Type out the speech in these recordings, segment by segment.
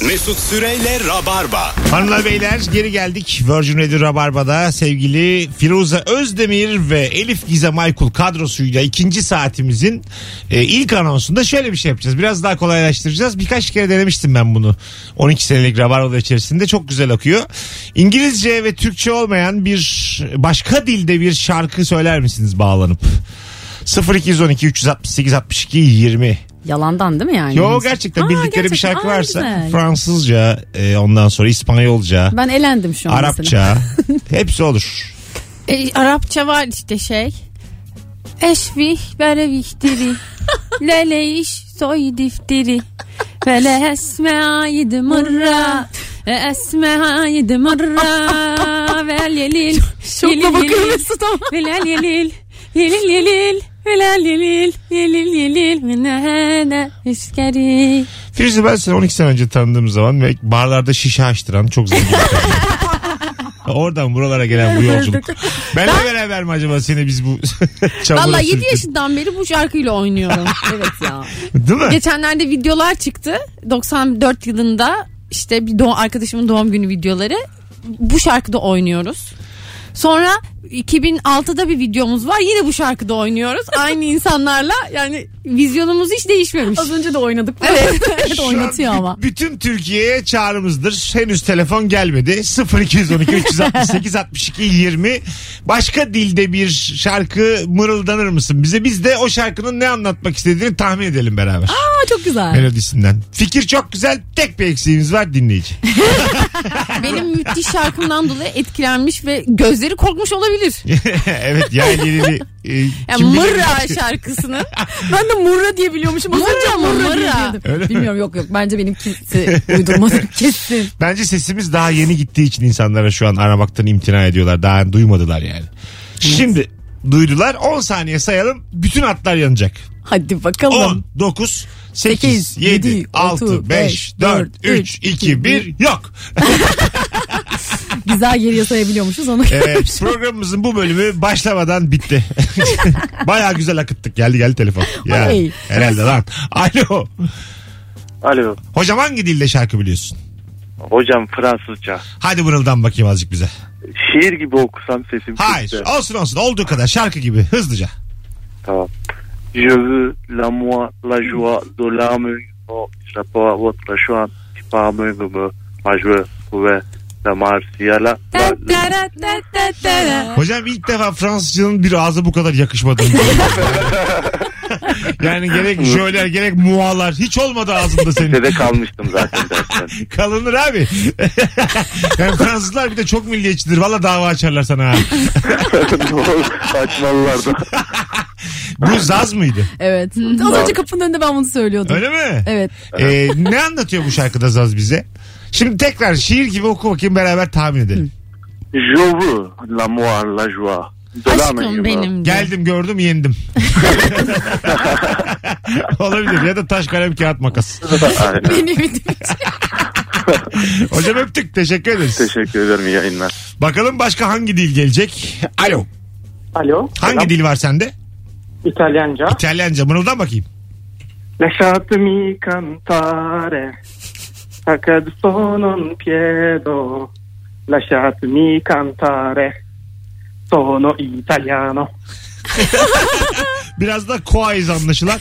Mesut Süreyle Rabarba. Hanımlar beyler geri geldik. Virgin Radio Rabarba'da sevgili Firuze Özdemir ve Elif Gizem Aykul kadrosuyla ikinci saatimizin ilk anonsunda şöyle bir şey yapacağız. Biraz daha kolaylaştıracağız. Birkaç kere denemiştim ben bunu. 12 senelik Rabarba'da içerisinde çok güzel akıyor. İngilizce ve Türkçe olmayan bir başka dilde bir şarkı söyler misiniz bağlanıp? 0212 368 62 20. Yalandan değil mi yani? Yo gerçekten bildikleri gerçekten. bir şarkı varsa güzel. Fransızca, ondan sonra İspanyolca, Ben elendim şu an Arapça hepsi olur. Arapça var işte şey. Eşvih berevihtiri. Leleyiş soy diftiri. Vele esme'ayid mırra. Esme'ayid mırra. Vel yelil. Şokla bakıyor Mesut ama. Vel yelil. Yelil yelil. Vel yelil. Yelil yelil. Minehene iskeri. Firuze ben seni 12 sene önce tanıdığım zaman ve barlarda şişe açtıran çok zengin bir kadın. Oradan buralara gelen bu yolculuk. Benle beraber mi acaba seni biz bu çamura Valla 7 sürtük? yaşından beri bu şarkıyla oynuyorum. Evet ya. Değil mi? Geçenlerde videolar çıktı. 94 yılında işte bir arkadaşımın doğum günü videoları. Bu şarkıda oynuyoruz. Sonra 2006'da bir videomuz var. Yine bu şarkıda oynuyoruz. Aynı insanlarla yani vizyonumuz hiç değişmemiş. Az önce de oynadık. Evet. Evet oynatıyor ama. Bütün Türkiye'ye çağrımızdır. Henüz telefon gelmedi. 0212 368 62 20. Başka dilde bir şarkı mırıldanır mısın bize? Biz de o şarkının ne anlatmak istediğini tahmin edelim beraber. Aa çok güzel. Melodisinden. Fikir çok güzel. Tek bir eksiğimiz var, dinleyici. Benim müthiş şarkımdan dolayı etkilenmiş ve gözleri korkmuş olabilir. Evet yani Yani Mırra şarkısını. Ben de Murra diye biliyormuşum. Mırra. Öyle mi? Bilmiyorum yok. Bence benimkisi uydurması kesin. Bence sesimiz daha yeni gittiği için insanlara şu an aramaktan imtina ediyorlar. Daha duymadılar yani. Şimdi duydular. 10 saniye sayalım. Bütün hatlar yanacak. Hadi bakalım. 10, 9, 8, 7, 6, 5, 4, 3, 2, 1 yok. Güzel geriye sayabiliyormuşuz onu. Evet, programımızın bu bölümü başlamadan bitti. Bayağı güzel akıttık. Geldi telefon. Ya, Ay. herhalde lan. Alo. Alo. Hocam hangi dilde şarkı biliyorsun? Hocam Fransızca. Hadi mırıldan bakayım azıcık bize. Şiir gibi okusam sesim Hayır. çıktı. Olsun. Olduğu kadar şarkı gibi. Hızlıca. Tamam. Je veux la moi, la joie, de l'amour, je pas votre chant, qui parle me, moi je veux trouver la martiala. Hocam ilk defa Fransızcanın bir ağza bu kadar yakışmadığını yani gerek jöler gerek mualar hiç olmadı ağzında senin. Sede kalmıştım zaten dersten. Kalınır abi. Yani Fransızlar bir de çok milliyetçidir. Valla dava açarlar sana ha. Açmalılardı. Bu Zaz mıydı? Evet. Az önce kapının önünde ben bunu söylüyordum. Öyle mi? Evet. Ne anlatıyor bu şarkıda Zaz bize? Şimdi tekrar şiir gibi oku bakayım, beraber tahmin edelim. Je veux la moi, la joie. De l'amour. Aşkım benim. Geldim gördüm yendim. Olabilir ya da taş kalem kağıt makas. Benim. Hocam öptük, teşekkür ederiz. Teşekkür ederim, iyi yayınlar. Bakalım başka hangi dil gelecek? Alo. Alo. Hangi selam. dil var sende? İtalyanca. İtalyanca, mırıldan bakayım. Lasciatemi cantare. Perché sono in piedi. Lasciatemi cantare. Sono italiano. Biraz da koayız anlaşılan.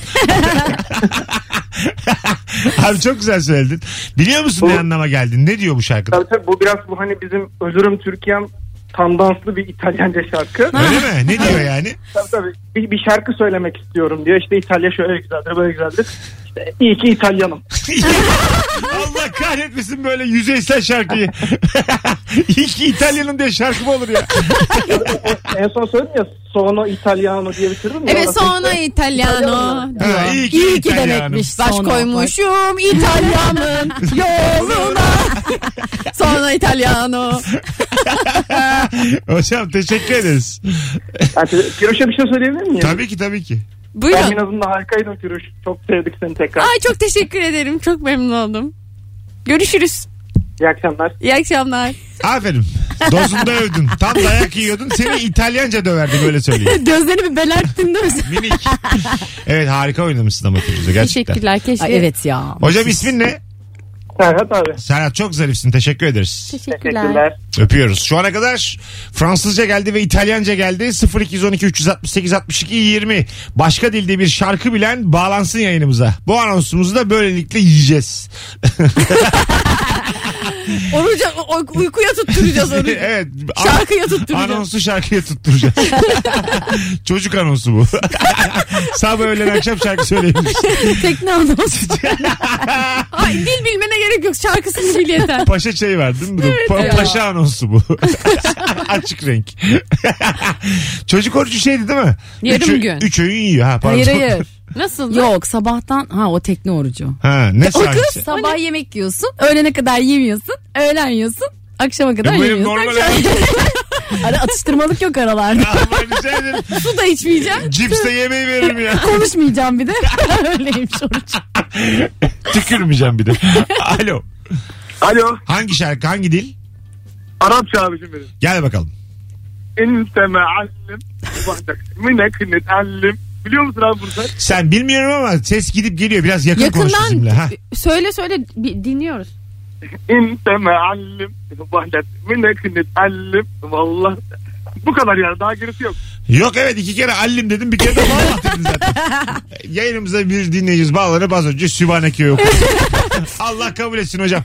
Abi çok güzel söyledin. Biliyor musun ne anlama geldin? Ne diyor bu şarkıda? Tabii bu biraz bu hani bizim Özürüm Türkiye'm tandanslı bir İtalyanca şarkı. Öyle mi? Ne diyor yani? Tabii. Bir şarkı söylemek istiyorum diyor. İşte İtalya şöyle güzeldir, böyle güzeldir. İşte iyi ki İtalyanım. Allah kahretmesin böyle yüzeysel şarkıyı. İyi ki İtalyanım diye şarkı mı olur ya? En son söyledim ya, Sono Italiano diye bitirdim ya. Evet, Sono Italiano. Ha, iyi ki İyi ki İtalyanım. demekmiş. Baş Sonra. koymuşum İtalya'nın yoluna. Sono Italiano. Hocam teşekkür ederiz. Firoş'a bir şey söyleyebilir miyim? Tabii ki. Buyurun. Terminazında harikaydın Firoş. Çok sevdik seni tekrar. Ay çok teşekkür ederim. Çok memnun oldum. Görüşürüz. İyi akşamlar. İyi akşamlar. Aferin. Dozunda övdün. Tam dayak yiyordun. Seni İtalyanca döverdi, böyle söyleyeyim. Gözlerini bir belerttin değil mi? Minik. Evet, harika oynamışsın ama Firuze gerçekten. Teşekkürler. Keşke. Ay, evet ya. Hocam ismin ne? Serhat abi. Serhat çok zarifsin. Teşekkür ederiz. Teşekkürler. Öpüyoruz. Şu ana kadar Fransızca geldi ve İtalyanca geldi. 0212 368 62 20. Başka dilde bir şarkı bilen bağlansın yayınımıza. Bu anonsumuzu da böylelikle yiyeceğiz. Uykuya tutturacağız orucu. Evet. Şarkıya tutturacağız. Anonsu şarkıya tutturacağız. Çocuk anonsu bu. Sabah öğlen akşam şarkı söyleyebiliriz. Tekne anonsu. Ay, dil bilmene gerek yok. Şarkısını bil yeter. Paşa çayı var değil mi? Evet. Paşa anonsu bu. Açık renk. Çocuk orucu şeydi değil mi? Yarım gün. 3 öğün yiyor. Ha, pardon. Hayır. Nasıl? Yok sabahtan o tekne orucu. Ha, ne sahnesi? Sabah yemek yiyorsun. Öğlene kadar yemiyorsun. Öğlen yiyorsun. Akşama kadar Benim yemiyorsun. normal Ara atıştırmalık yok aralarda. Ama rica ederim. Su da içmeyeceğim. Cips de yemeği veririm ya. Konuşmayacağım bir de. Öyleymiş oruç. Tükürmeyeceğim bir de. Alo. Alo. Hangi şarkı, hangi dil? Arapça abicim benim. Gel bakalım. Ente meallim. Minek net'allim. Biliyor musun abi bunu sen? Sen bilmiyorum ama ses gidip geliyor. Biraz yakın konuş bizimle. Ha. Söyle dinliyoruz. Ente meallim. Minek net'allim. Vallahi. Bu kadar yani, daha gerisi yok. Yok evet, 2 kere allim dedim, bir kere de Allah dedin zaten. Yayınımıza bir dinleyicimiz bağlanıp az önce Sübhaneke'yi okudu. Allah kabul etsin hocam.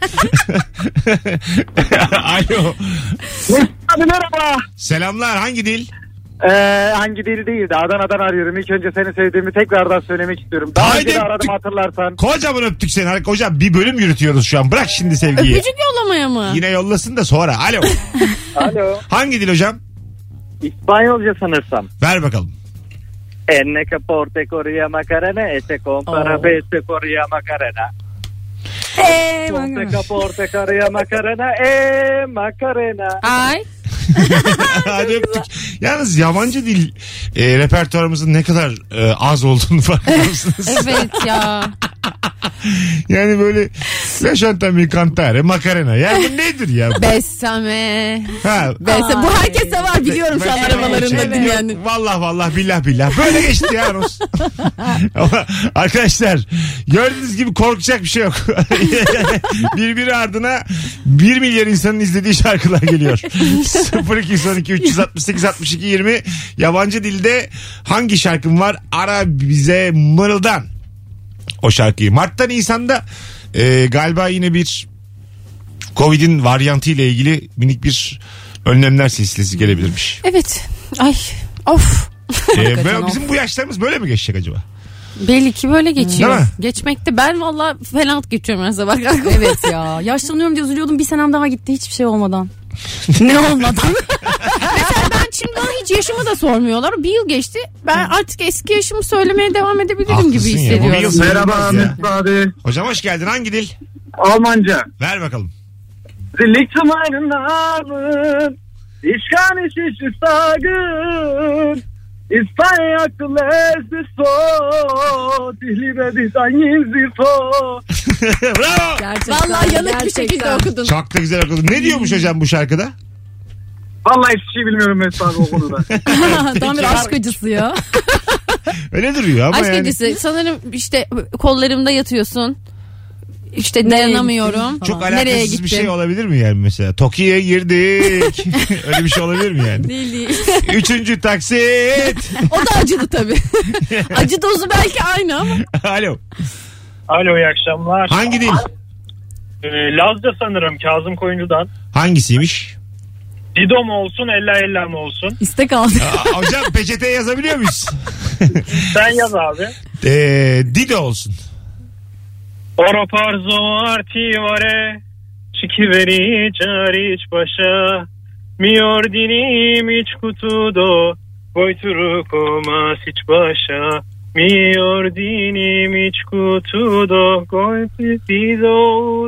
Alo. Abi merhaba. Selamlar, hangi dil? Hangi dil değildi? Adana'dan arıyorum. İlk önce seni sevdiğimi tekrardan söylemek istiyorum. Daha Haydi. önce de aradım, hatırlarsan. Kocaman öptük seni. Hocam bir bölüm yürütüyoruz şu an. Bırak şimdi sevgiyi. Öpücük yollamaya mı? Yine yollasın da sonra. Alo. Alo. Hangi dil hocam? İspanyolca sanırsam. Ver bakalım. Enne caporte corria macarena, ese compara beste corria macarena. Ponte caporte corria macarena, macarena. Ay. Hadi öptük. Yalnız yabancı dil repertuarımızın ne kadar az olduğunu farkında mısınız? Evet ya. Yani böyle La Chantami Cantare, Macarena. Yani bu nedir ya? Bessame. Ha. Bu herkese var, biliyorum şu an arabalarında dinleyenler. Vallahi billah. Böyle geçti ya Rus. Ama arkadaşlar gördüğünüz gibi korkacak bir şey yok. Birbiri ardına 1 milyar insanın izlediği şarkılar geliyor. 0212 368 62 20. Yabancı dilde hangi şarkın var? Ara bize mırıldan o şarkıyı. Mart'ta Nisan'da galiba yine bir Covid'in varyantı ile ilgili minik bir önlemler silsilesi gelebilirmiş. Evet. Ay. Of. Böyle, bizim bu yaşlarımız böyle mi geçecek acaba? Belli ki böyle geçiyor. Değil mi? Geçmekte ben valla fena geçiyorum her sabah. Evet ya. Yaşlanıyorum diye üzülüyordum. Bir senem daha gitti hiçbir şey olmadan. Ne olmadan? Mesela ben şimdi bana hiç yaşımı da sormuyorlar. Bir yıl geçti. Ben artık eski yaşımı söylemeye devam edebilirim Haklısın gibi ya. Bu hissediyorum. bir yıl sayılmaz Merhaba ya. Mesut abi. Hocam hoş geldin. Hangi dil? Almanca. Ver bakalım. Sie liegt zu meinen Armen. Ich kann nicht sagen. Ich feierte letztes so. Ich liebe dich ein so. Bravo. Gerçekten. Vallahi yanık bir şekilde okudun. Çok da güzel okudun. Ne diyormuş hocam bu şarkıda? Vallahi hiçbir şey bilmiyorum Mesut abi o konuda. Tam bir aşk acısı ya. Öyle duruyor ama Aşk yani. acısı. Sanırım işte kollarımda yatıyorsun. İşte dayanamıyorum. Çok Nereye alakasız gittin? bir şey olabilir mi yani mesela? Tokyo'ya girdik. Öyle bir şey olabilir mi yani? Değil. 3. taksit. O da acıdı tabii. Acı dozu belki aynı ama. Alo. Alo, iyi akşamlar. Hangi dil? Lazca sanırım, Kazım Koyuncu'dan. Hangisiymiş? Dido mu olsun, Ella Ella mı olsun? İstek aldı. Hocam peçeteye yazabiliyor muyuz? Sen yaz abi. Dido olsun. Oro parzo artivare, çikiveri çariç başa, mi ordinim iç kutudo, boyturu masiç başa, mi ordinim iç kutudo, goytido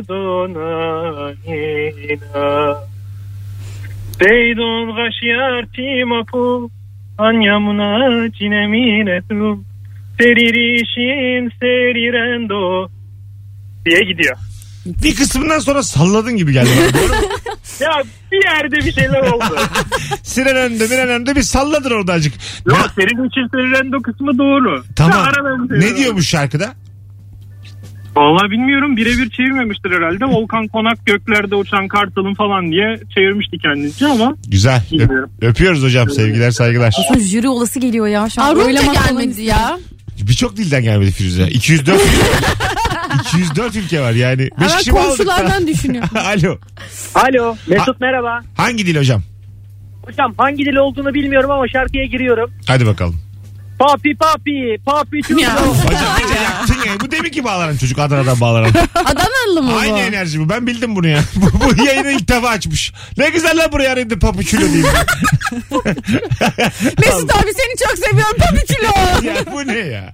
donanina. Deydon gaşyarti mapu, anyamuna cineminetu, seririşin serirendo diye gidiyor. Bir kısmından sonra salladın gibi geldi. Ya bir yerde bir şeyler oldu. Siren önde bir salladın orada azıcık. Yok, senin için serirendo kısmı doğru. Tamam. Ya, Ne diyormuş şarkıda? Vallahi bilmiyorum, birebir çevirmemiştir herhalde. Volkan Konak göklerde uçan kartalın falan diye çevirmişti kendince ama. Güzel. Bilmiyorum. Öpüyoruz hocam. Sevgiler saygılar. Aslında jüri olası geliyor ya. Şu an Rumca oylamak falan gelmedi ya. Birçok dilden gelmedi Firuze. 204 204 ülke var yani. 5 Hemen kişi mi aldık da? komşulardan düşünüyor. Alo. Alo Mesut merhaba. Hangi dil hocam? Hocam hangi dil olduğunu bilmiyorum ama şarkıya giriyorum. Hadi bakalım. Papi papi papi çuzo. Ya. Hocam iyice yaktın ya. Bu demin ki bağlanan çocuk. Adana'dan bağlanan. Adanalı mı bu? Aynı enerji bu. Ben bildim bunu ya. Bu yayını ilk defa açmış. Ne güzel lan buraya arayayım da papuçulo diyeyim. Mesut abi seni çok seviyorum papiçilo. Ya bu ne ya?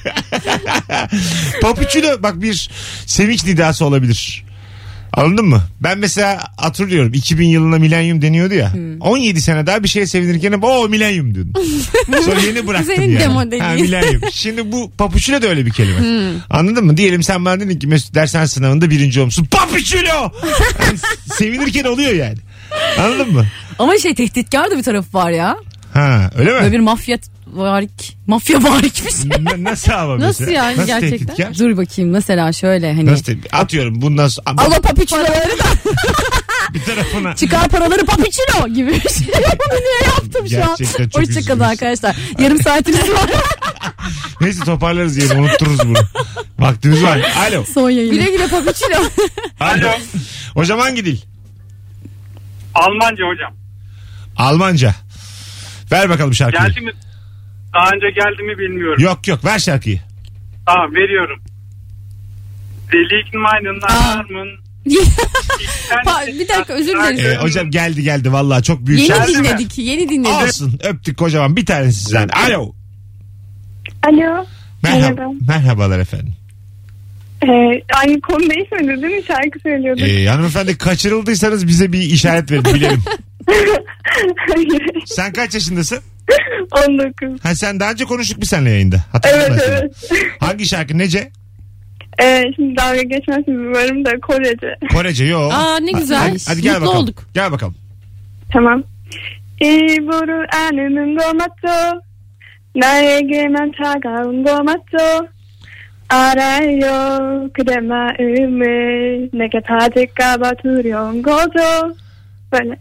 Papuçulo bak bir sevinç nidası olabilir. Anladın mı? Ben mesela hatırlıyorum 2000 yılına milenyum deniyordu ya. 17 sene daha bir şeye sevinirken hep o milenyum diyordum. Sonra yeni bıraktım Senin yani. demodeli. Ha, milenyum. Şimdi bu papuçulo da öyle bir kelime. Anladın mı? Diyelim sen bana dedin ki Mesut dersen sınavında 1. olmuşsun. Papuçulo! Yani sevinirken oluyor yani. Anladın mı? Ama tehditkar da bir tarafı var ya. Ha öyle mi? Böyle bir mafya varik bir şey. Nasıl ama mesela? Nasıl yani gerçekten? tehditkar? Dur bakayım mesela şöyle hani. Nasıl atıyorum bundan sonra Alo papiçiloları da bir tarafına. Çıkar paraları papiçino gibi bir şey. Bunu niye yaptım şu an? Gerçekten çok Hoşçakalın üzgünüz. arkadaşlar. Yarım saatimiz var. Neyse toparlarız yine unuttururuz bunu. Vaktimiz var. Alo. Son yayını. güle güle papiçilo. Alo. Hocam hangi dil? Almanca hocam. Almanca. Ver bakalım şarkıyı. Geldi mi? Daha önce geldi mi bilmiyorum. Yok ver şarkıyı. Tamam, veriyorum. Delik meinen Armen. Bir dakika özür dileriz. Hocam geldi vallahi çok büyük Yeni şarkı. dinledik. Yeni dinledik. Olsun öptük kocaman bir tanesi sizden. Alo. Alo. Merhaba. Merhabalar efendim. Aynı konu değişmedi değil mi? Şarkı söylüyorduk. Hanımefendi kaçırıldıysanız bize bir işaret verin bilelim. Hayır. Sen kaç yaşındasın? 19. Ha sen daha önce konuştuk mu seninle yayında? Hatırladın mı? Evet. Hangi şarkı nece? Şimdi dalga geçmezsiniz umarım da Korece. Korece yok. Aa ne güzel. Hadi gel Mutlu bakalım. olduk. Gel bakalım. Tamam. 입으로 아는 거 맞죠? 나에게만 차가운 거 맞죠? 알아요 그대 마음을 내게 받을까봐 두려운 거죠. Böyle.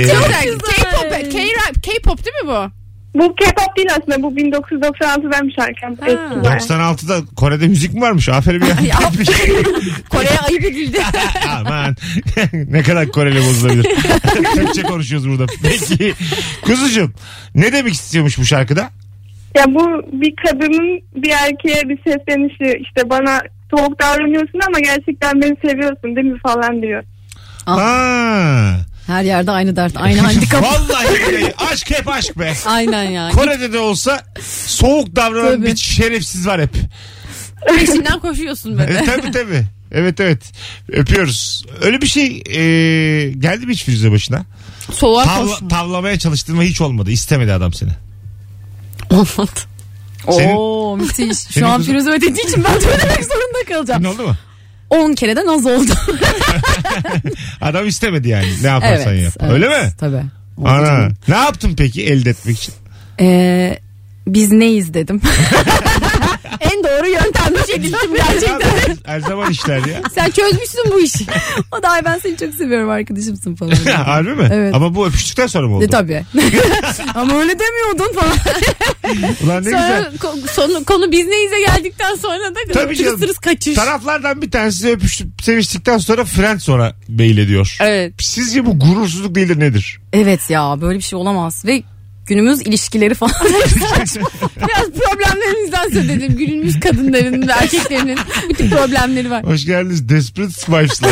K-pop değil mi bu? Bu K-pop değil aslında. Bu 1996'dan bir şarkı. Eski yani. 96'da Kore'de müzik mi varmış? Aferin ya. Kore'ye ayıp edildi. Aman. Ne kadar Koreli bozulabilir. Türkçe konuşuyoruz burada. Peki. Kuzucuğum. Ne demek istiyormuş bu şarkıda? Ya bu bir kadının bir erkeğe bir seslenişi, işte bana soğuk davranıyorsun ama gerçekten beni seviyorsun değil mi falan diyor. Ha. Her yerde aynı dert, aynı handikap. Vallahi billahi. Aşk hep aşk be. Aynen yani. Kore'de de olsa soğuk davranan Tabii. bir şerefsiz var hep. Peşinden koşuyorsun böyle. Tabii. Evet. Öpüyoruz. Öyle bir şey geldi mi hiç Firuze başına? Soğuğa koşma. Tavlamaya çalıştırma hiç olmadı. İstemedi adam seni. Olmadı. Senin- Oo müthiş. Senin Şu an kızın- Firuze ödediği için ben söylemek zorunda kalacağım. Ne oldu mu? 10 kereden az oldu. Adam istemedi yani. Ne yaparsan yap. evet, Öyle mi? Tabii. Oldu Ana. canım. Ne yaptın peki elde etmek için? Biz neyiz dedim. En doğru yöntemmiş edildim gerçekten. Her zaman işler ya. Sen çözmüşsün bu işi. O da ay ben seni çok seviyorum arkadaşımsın falan. Harbi mi? Evet. Ama bu öpüştükten sonra mı oldu? Tabii. Ama öyle demiyordun falan. Ulan ne Sonra güzel. konu biz neyize geldikten sonra da Tabii canım. tırıs kaçış. Taraflardan bir tanesi öpüşüp seviştikten sonra friend sonra mail ediyor. Evet. Sizce bu gurursuzluk değildir nedir? Evet ya böyle bir şey olamaz. Ve günümüz ilişkileri falan. Biraz problemlerimizden söz edelim. Günümüz kadınların ve erkeklerinin bütün problemleri var. Hoş geldiniz Desperate Wives'lar.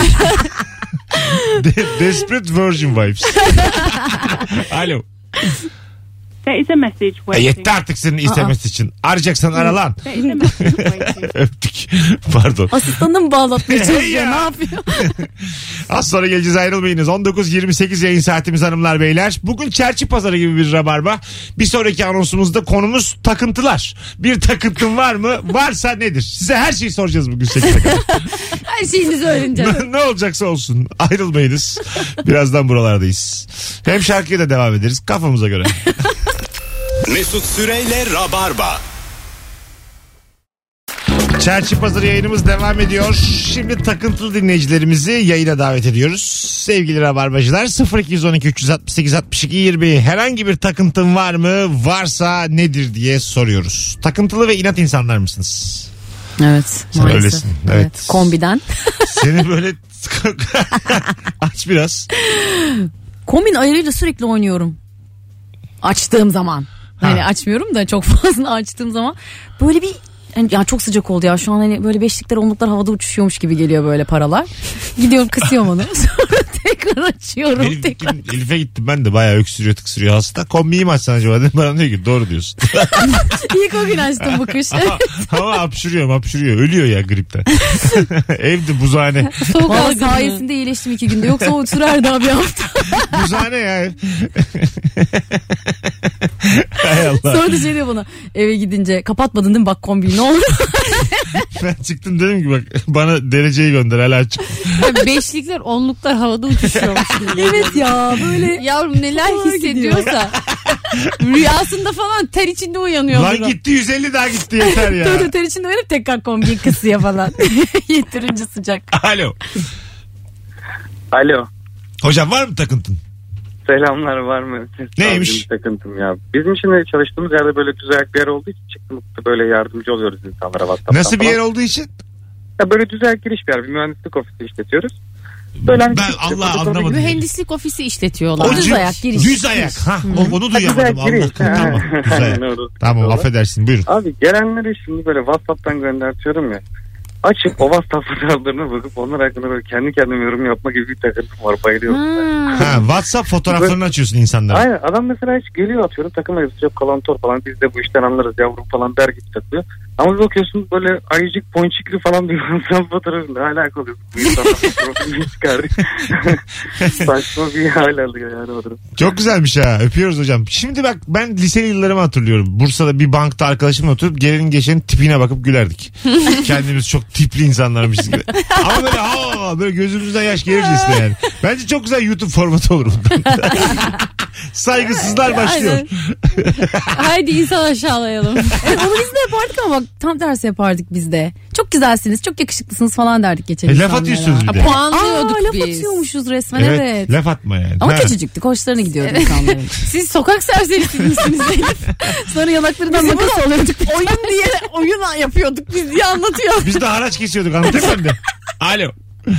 Desperate Virgin Wives. Alo. There is a message waiting. Yetti artık senin istemesi için. Arayacaksan ara lan. There is a message waiting. Öptük. Pardon. Asistanını mı bağlatmaya çalışıyor? Ya. Ne yapıyor? Az sonra geleceğiz ayrılmayınız. 19.28 yayın saatimiz hanımlar beyler. Bugün çerçi pazarı gibi bir rabarba. Bir sonraki anonsumuzda konumuz takıntılar. Bir takıntın var mı? Varsa nedir? Size her şeyi soracağız bugün 8'e kadar. Her şeyinizi öğreneceğiz. Ne olacaksa olsun. Ayrılmayınız. Birazdan buralardayız. Hem şarkıya da devam ederiz. Kafamıza göre. Mesut Süreyle Rabarba. Çarşı Pazarı yayınımız devam ediyor. Şimdi takıntılı dinleyicilerimizi yayına davet ediyoruz. Sevgili Rabarbacılar, 0212 368 62 20 herhangi bir takıntın var mı? Varsa nedir diye soruyoruz. Takıntılı ve inat insanlar mısınız? Evet. Sen maalesef. öylesin. Evet. Kombiden. Seni böyle aç biraz. Kombin ayarıyla sürekli oynuyorum. Açtığım zaman. Hani açmıyorum da çok fazla açtığım zaman. Böyle bir ya çok sıcak oldu ya. Şu an hani böyle beşlikler onluklar havada uçuşuyormuş gibi geliyor böyle paralar. Gidiyorum kısıyorum onu. Sonra tekrar açıyorum. Elif'e gittim ben de bayağı öksürüyor tıksırıyor hasta. Kombiyi mi açsan acaba dedim. Bana diyor ki doğru diyorsun. İlk o gün açtım bu kış. Ama hapşırıyor. Ölüyor ya gripten. Evde buzhane. Soğuk hava sayesinde iyileştim 2 günde. Yoksa o sürerdi abi hafta. Buzhane ya ev. Hay Allah. Sonra da şey diyor bana eve gidince kapatmadın değil mi bak kombiyi ne oldu? Ben çıktım dedim ki bak bana dereceyi gönder hala açık. Beşlikler onluklar havada uçuşuyormuş. Evet ya böyle. Yavrum neler hissediyorsa. Rüyasında falan ter içinde uyanıyor. Lan gitti 150 daha gitti yeter ya. Dur ter içinde uyanıp tekrar kombiyi kısıyor falan. Yeterince sıcak. Alo. Alo. Hocam var mı takıntın? Selamlar, var mı? Neymiş? Takıntım ya. Bizim için de çalıştığımız yerde böyle düzenli bir yer olduğu için çıktığımızda böyle yardımcı oluyoruz insanlara WhatsApp'tan. Nasıl bir falan. yer olduğu için? Ya böyle düzenli giriş bir yer. Bir mühendislik ofisi işletiyoruz. Böyle ben Allah anlamadım. Mühendislik ofisi işletiyorlar. O düz ayak giriş. Düz ayak. Ha, onu duyamadım. Allah tamam. Düz ayak. Tamam affedersin buyurun. Abi gelenleri şimdi böyle WhatsApp'tan göndertiyorum ya. Açıp o WhatsApp fotoğraflarına bakıp onlar hakkında böyle kendi kendime yorum yapma gibi bir takıntım var. Bayılıyorum. Ha, WhatsApp fotoğraflarını açıyorsun insanlara. Aynen. Adam mesela hiç geliyor atıyorum takım elbise yok kalantor falan biz de bu işten anlarız yavrum falan der gibi takılıyor. Ama bir bakıyorsun böyle ayıcık ponçikli falan bir WhatsApp fotoğrafında hala kalıyorsun. Bu insanlar fotoğrafını çıkardık. Saçma bir hal alıyor yani o durum. Çok güzelmiş ha. Öpüyoruz hocam. Şimdi bak ben liseli yıllarımı hatırlıyorum. Bursa'da bir bankta arkadaşımla oturup gelin geçenin tipine bakıp gülerdik. Kendimiz çok tipli insanlarmışız gibi. Ama böyle böyle gözümüzden yaş gelircesine yani. Bence çok güzel YouTube formatı olur bundan. Saygısızlar başlıyor. Haydi insan aşağılayalım. Onu biz de yapardık ama bak tam tersi yapardık biz de. Çok güzelsiniz, çok yakışıklısınız falan derdik geçen laf atıyorsunuz bir de. Puanlıyorduk laf biz. atıyormuşuz resmen evet. Laf atma yani. Ama küçücüktük, hoşlarına gidiyordu insanların. Siz sokak serserisiniz. Sonra yanaklarından makas alıyorduk. oyun yapıyorduk biz diye anlatıyor. Biz de haraç kesiyorduk anlatayım ben de. Alo.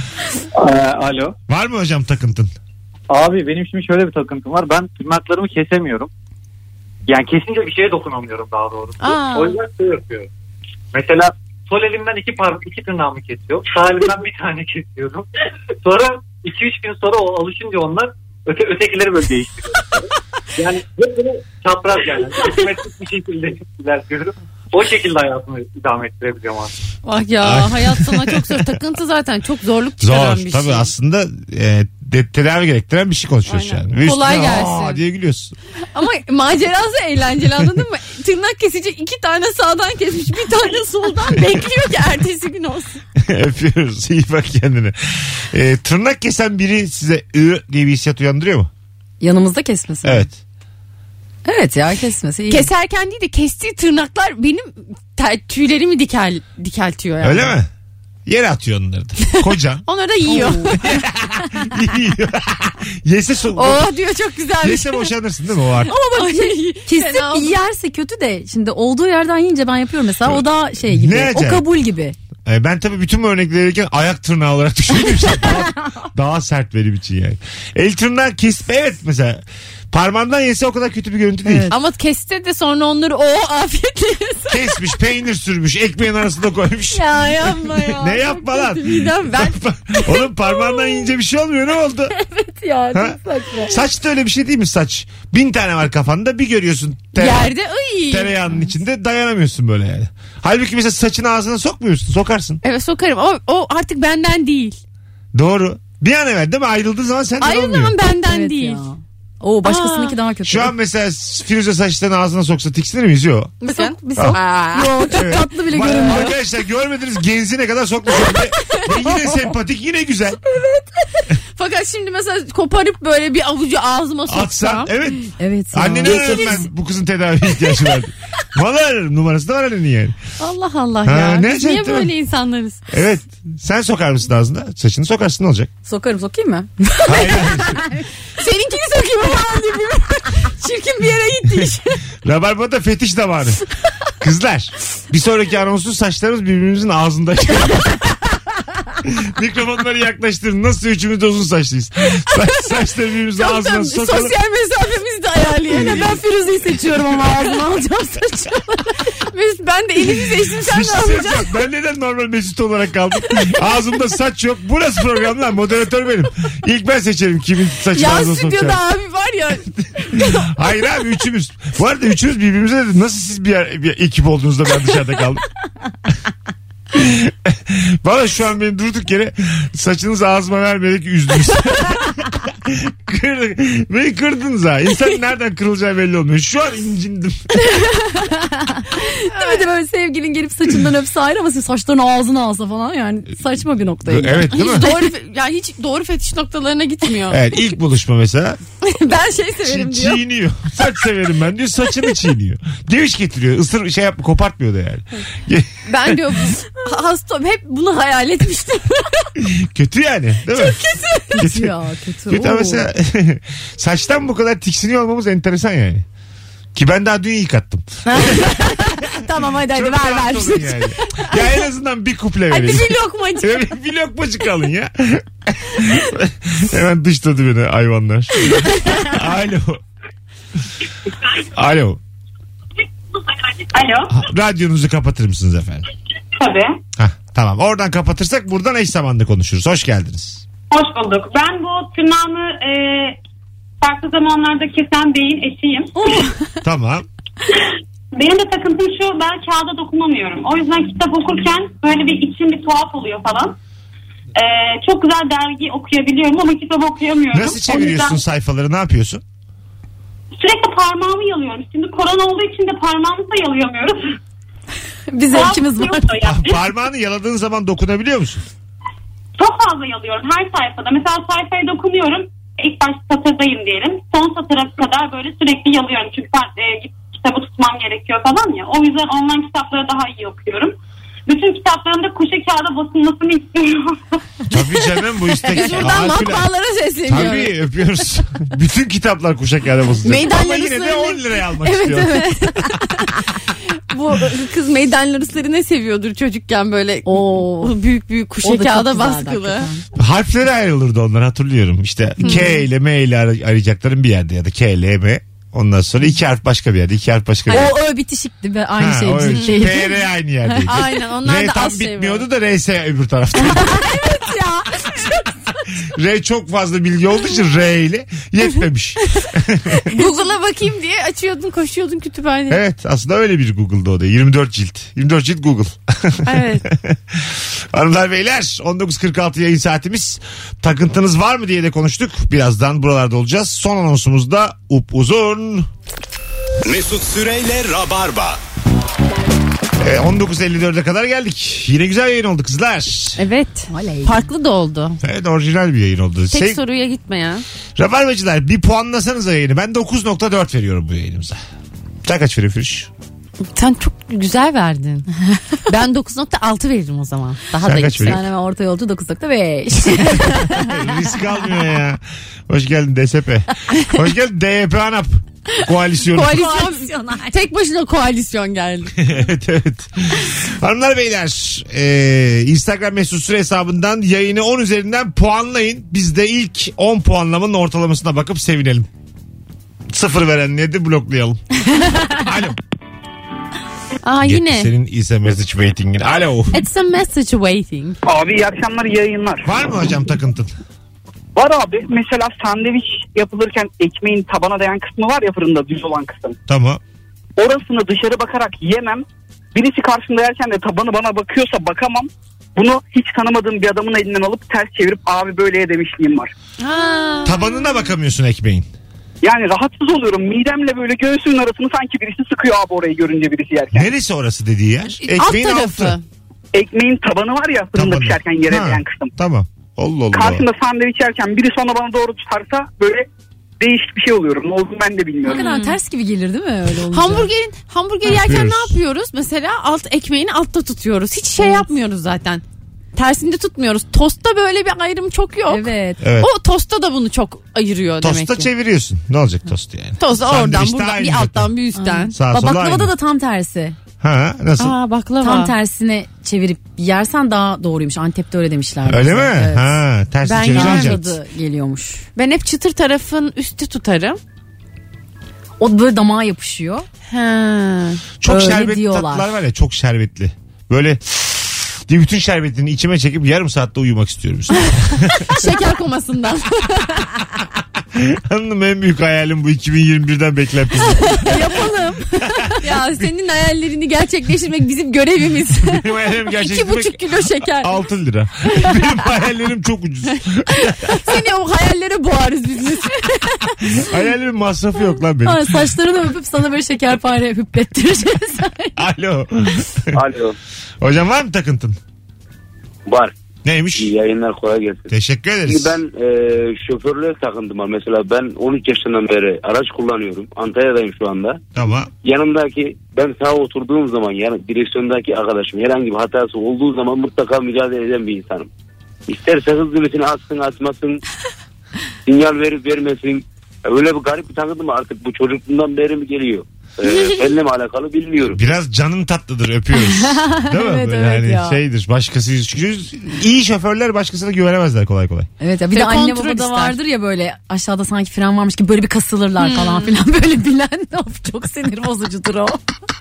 Alo. Var mı hocam takıntın? Abi benim şimdi şöyle bir takıntım var. Ben tırnaklarımı kesemiyorum. Yani kesince bir şeye dokunamıyorum daha doğrusu. O yüzden şey yapıyorum. Mesela sol elimden iki tırnağımı kesiyorum. Sağ elimden bir tane kesiyorum. Sonra 2-3 gün sonra o alışınca onlar ötekileri böyle değiştiriyorum. Yani hep böyle çapraz yani. Simetrik bir şekilde ilerliyorum. O şekilde hayatımı idame ettirebiliyorum aslında. Ah ya hayat sana çok zor. Takıntı zaten çok zorluk çıkaran bir şey. Tabii aslında tedavi gerektiren bir şey konuşuyoruz yani. Ve kolay üstüne, gelsin diye gülüyorsun. Ama macerası eğlenceli anladın mı? Tırnak kesici 2 tane sağdan kesmiş bir tane soldan bekliyor ki ertesi gün olsun. Öpüyoruz. İyi bak kendine. Tırnak kesen biri size diye bir hissiyat uyandırıyor mu? Yanımızda kesmesin. Evet. Evet ya kesmesi iyi. Keserken değil de kestiği tırnaklar benim tüylerimi dikeltiyor yani. Öyle mi? Yere atıyor onları da. Kocan. Onları da yiyor. Yiyor. Yese diyor çok güzel. Yese boşanırsın değil mi o artık? Ama bak kesip yerse kötü de şimdi olduğu yerden yiyince ben yapıyorum mesela o da şey gibi. Ne o acayip. kabul gibi. Ben tabii bütün bu örnekleri verirken ayak tırnağı olarak düşünüyorum. daha sert benim için yani. El tırnağı kesip evet mesela parmağından yese o kadar kötü bir görüntü değil. Evet. Ama kesti de sonra onları afiyetle kesmiş, peynir sürmüş, ekmeğin arasında koymuş. Ya yapma ya. Ne yapma lan? Ben... Oğlum parmağından yiyince bir şey olmuyor ne oldu? Evet ya çok saçma. Saç da öyle bir şey değil mi saç? 1000 tane var kafanda bir görüyorsun. Yerde tereyağının içinde dayanamıyorsun böyle yani. Halbuki mesela saçını ağzına sokmuyorsun sokarsın. Evet sokarım ama o artık benden değil. Doğru. Bir an evvel değil mi ayrıldığın zaman senden olmuyor. Ayrıldığın zaman benden değil. Ya. O başkasınınki daha kötü. Şu an mesela Firuze saçlarını ağzına soksa tiksinir miyiz? Yok. Bir sok. Yo çok tatlı bile görünüyor. Arkadaşlar görmediniz genzine kadar sokmuş. Yine sempatik yine güzel. Evet. Fakat şimdi mesela koparıp böyle bir avucu ağzıma soksam. Atsan evet. Evet. Annene öğren ben bu kızın tedavi ihtiyacı var. Vallahi ararım, numarası da var annenin yani. Allah Allah Ha, ya. ne Biz niye acayip, böyle insanlarız? Evet. Sen sokar mısın ağzına? Saçını sokarsın, ne olacak? Sokarım, sokayım mı? Hayır. Seninkini sokayım falan diye. Çirkin bir yere gitti iş. Rabarba'da fetiş zamanı. Kızlar, bir sonraki anonsun saçlarımız birbirimizin ağzında. Mikrofonları yaklaştırın. Nasıl üçümüz de uzun saçlıyız. Saçları birbirimizin ağzına sokalım. Sosyal mesafemizi de ayarlayın. Ben Firuze'yi seçiyorum ama ağzıma alacağım saçımı. Ben de Elif'i seçtim, sen ne alacaksın? Ben neden normal Mesut olarak kaldım? Ağzımda saç yok. Burası program lan. Moderatör benim. İlk ben seçerim kimin saçını Ya ağzına sokacağım. stüdyoda abi var ya. Hayır abi, üçümüz. Bu arada üçümüz birbirimize de nasıl siz bir ekip olduğunuzda ben dışarıda kaldım. Valla şu an beni durduk yere saçınızı ağzıma vermeyerek üzdünüz. Beni kırdınız ha. İnsan nereden kırılacağı belli olmuyor. Şu an incindim. Değil mi de böyle sevgilin gelip saçından öpse ayrı ama senin saçlarını ağzına alsa falan, yani saçma bir noktaya. Evet değil mi? Hiç doğru fetiş noktalarına gitmiyor. Evet, ilk buluşma mesela. Ben severim diyor. Çiğniyor. Saç severim ben diyor. Saçını çiğniyor. Geviş getiriyor. Isır şey yapma, kopartmıyor da yani. Ben diyor hasta hep bunu hayal etmiştim. Kötü yani değil mi? Kötü. Kötü ya, kötü. Kötü ama mesela saçtan bu kadar tiksiniyor olmamız enteresan yani. Ki ben daha dün yıkattım. Tamam hadi Çok ver rahat olun yani. Ya en azından bir kuple Hadi vereyim. bir lokmacık. Evet, bir lokmacık alın ya. Hemen dışladı beni hayvanlar. Alo. Alo. Alo. Radyonuzu kapatır mısınız efendim? Tabii. Tamam, oradan kapatırsak buradan eş zamanlı konuşuruz. Hoş geldiniz. Hoş bulduk. Ben bu tırnağımı farklı zamanlarda kesen beyin eşiyim. Tamam. Benim de takıntım şu, ben kağıda dokunamıyorum. O yüzden kitap okurken böyle bir içim bir tuhaf oluyor falan. Çok güzel dergi okuyabiliyorum ama kitap okuyamıyorum. Nasıl çeviriyorsun sayfaları, ne yapıyorsun? Sürekli parmağımı yalıyorum. Şimdi korona olduğu için de parmağımızı da yalayamıyoruz. Biz ikimiz var. Parmağını yaladığın zaman dokunabiliyor musun? Çok fazla yalıyorum her sayfada. Mesela sayfaya dokunuyorum. İlk baş satırdayım diyelim. Son satıra kadar böyle sürekli yalıyorum. Çünkü kitabı tutmam gerekiyor falan ya. O yüzden online kitapları daha iyi okuyorum. Bütün kitaplarımda kuşa kağıda basılmasını istiyorum. Tabii canım, bu istek. Biz buradan matbaalara sesleniyoruz. Tabii öpüyoruz. Bütün kitaplar kuşa kağıda basılacak. Ama yine de 10 liraya almak istiyorum. Evet. Bu kız meydanları ne seviyordur çocukken böyle büyük büyük kuşa kağıda baskılı. Harfleri ayrılırdı onlar, hatırlıyorum. İşte K ile M ile arayacakların bir yerde ya da K ile M. Ondan sonra 2 harf başka bir yerde, 2 harf başka bir yerde. O bitişikti ve aynı şey değil. PR aynı yerdeydi. Aynen, onlar R da tam az bitmiyordu da RS öbür tarafta. Evet ya. R çok fazla bilgi olduğu için R ile yetmemiş. Google'a bakayım diye açıyordun, koşuyordun kütüphaneye. Evet, aslında öyle bir Google'da o da. 24 cilt. 24 cilt Google. Evet. Hanımlar beyler, 19.46 yayın saatimiz. Takıntınız var mı diye de konuştuk. Birazdan buralarda olacağız. Son anonsumuz da upuzun. Mesut Süreyle Rabarba. 19.54'e kadar geldik. Yine güzel yayın oldu kızlar. Evet. Farklı da oldu. Evet, orijinal bir yayın oldu. Tek soruya gitme ya. Rabarbacılar, bir puanlasanıza yayını. Ben 9.4 veriyorum bu yayınımıza. Sen kaç veriyorsun Firuş? Sen çok güzel verdin. Ben 9.6 veririm o zaman. Daha Sen da kaç yüksek. veriyorsun? Yani orta yolcu 9.5. Risk almıyor ya. Hoş geldin DSP. Hoş geldin DYP ANAP. Koalisyonu. Koalisyon. Tek başına koalisyon geldi. evet. Hanımlar beyler, Instagram mesut süre hesabından yayını 10 üzerinden puanlayın. Biz de ilk 10 puanlamanın ortalamasına bakıp sevinelim. 0 verenleri de bloklayalım. Alo. Yine. Senin is a message waiting'in. Alo. It's a message waiting. Abi iyi akşamlar, iyi yayınlar. Var mı hocam takıntın? Var abi. Mesela sandviç yapılırken ekmeğin tabana değen kısmı var ya, fırında düz olan kısım. Tamam. Orasını dışarı bakarak yemem. Birisi karşımda yerken de tabanı bana bakıyorsa bakamam. Bunu hiç tanımadığım bir adamın elinden alıp ters çevirip abi böyle ye demişliğim var. Tabanına bakamıyorsun ekmeğin. Yani rahatsız oluyorum. Midemle böyle göğsümün arasını sanki birisi sıkıyor abi, orayı görünce birisi yerken. Neresi orası dediği yer? Ekmeğin alt tarafı. altı. Ekmeğin tabanı var ya, fırında pişerken yere değen kısım. Tamam. Allah Allah. Karşımda sandviç yerken biri sonra bana doğru tutarsa böyle değişik bir şey oluyorum. Ne olduğunu ben de bilmiyorum. Ne kadar ters gibi gelir değil mi öyle olunca? Hamburger yerken ne yapıyoruz? Mesela ekmeğini altta tutuyoruz. Hiç şey yapmıyoruz zaten. Tersinde tutmuyoruz. Tostta böyle bir ayrım çok yok. Evet. O tosta da bunu çok ayırıyor demek ki. Tosta çeviriyorsun. Ne olacak tostu yani? Tosta oradan Sandviçte buradan aynı bir zaten. alttan bir üstten. Baklavada da tam tersi. Ha, nasıl? Baklava. Tam tersine çevirip yersen daha doğruymuş. Antep'te öyle demişler. Öyle bize. mi? Evet. Ha, tersi Ben çevireceksin. Tadı geliyormuş. Ben hep çıtır tarafın üstü tutarım. O böyle damağa yapışıyor. Çok Öyle şerbetli diyorlar. tatlılar var ya, çok şerbetli. Böyle diye bütün şerbetini içime çekip yarım saatte uyumak istiyorum işte. Şeker komasından. Hanım, en büyük hayalim bu 2021'den beklentim. Yapalım. Ya senin hayallerini gerçekleştirmek bizim görevimiz. Benim hayalim gerçekleştirmek 2,5 kilo şeker. 6 lira. Benim hayallerim çok ucuz. Seni o hayallere boğarız biz. Hayalimin masrafı yok lan benim. Ha, saçlarını öpüp sana böyle şekerpare hüpplettireceğiz. Alo. Alo. Hocam var mı takıntın? Var. Neymiş? İyi yayınlar, kolay gelsin. Teşekkür ederiz. Şimdi ben şoförlüğe takındım var. Mesela ben 13 yaşından beri araç kullanıyorum. Antalya'dayım şu anda. Tamam. Yanımdaki, ben sağa oturduğum zaman yani direksiyondaki arkadaşım herhangi bir hatası olduğu zaman mutlaka mücadele eden bir insanım. İsterse hız limitini atsın atmasın, sinyal verip vermesin. Öyle bir garip bir takındım artık, bu çocukluğumdan beri mi geliyor? Benimle mi alakalı bilmiyorum. Biraz canın tatlıdır, öpüyoruz. Değil mi? Evet, Böyle evet hani ya. şeydir, başkası. Çünkü iyi şoförler başkasına güvenemezler kolay kolay. Evet ya, bir Ve de anne kontrol babada ister. vardır ya, böyle aşağıda sanki fren varmış gibi böyle bir kasılırlar falan filan, böyle bilen. Of, çok sinir bozucudur o.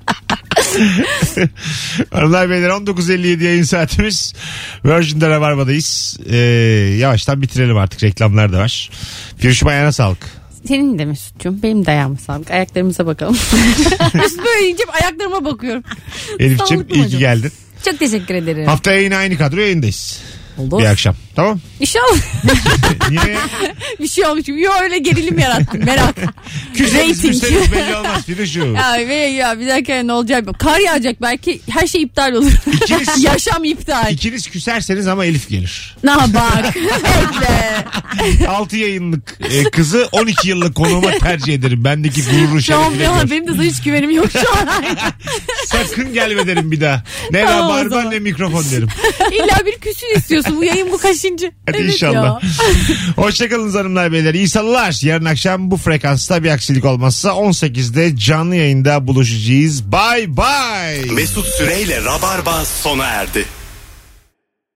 Hanımlar beyler, 19.57 yayın saatimiz. Virgin'de Rabarba'dayız. Yavaştan bitirelim artık, reklamlar da var. Firuş'um, ayağına sağlık. Senin de Mesut'cum, benim de ayağıma sağlık. Ayaklarımıza bakalım. Mesut böyle yiyince ayaklarıma bakıyorum. Elif'ciğim, Sağlıklı iyi ki hocam. geldin. Çok teşekkür ederim. Haftaya yine aynı kadro yayındayız. Oldu. Bir akşam. Tamam. İnşallah. Niye? Bir şey olmuş. Yo, öyle gerilim yarattım. Merak. Küseniz Rating. belli olmaz Firuş'um. Ya bir dakika, ne olacak? Kar yağacak belki, her şey iptal olur. İkiniz- Yaşam iptal. İkiniz küserseniz ama Elif gelir. Ne bak. Bekle. 6 yayınlık kızı 12 yıllık konuğuma tercih ederim. Bendeki gururu Şu an şerefine ya, gör. benim de sana hiç güvenim yok şu an. Sakın gelme derim bir daha. Ne Tamam, o rabarba zaman. ne mikrofon derim. İlla bir küsün istiyorsun. Bu yayın bu kaçıncı? Hadi Evet inşallah. Hoşçakalın hanımlar beyler. İyi salılar. Yarın akşam bu frekansta bir aksilik olmazsa 18'de canlı yayında buluşacağız. Bye bye. Mesut Süreyle Rabarba sona erdi.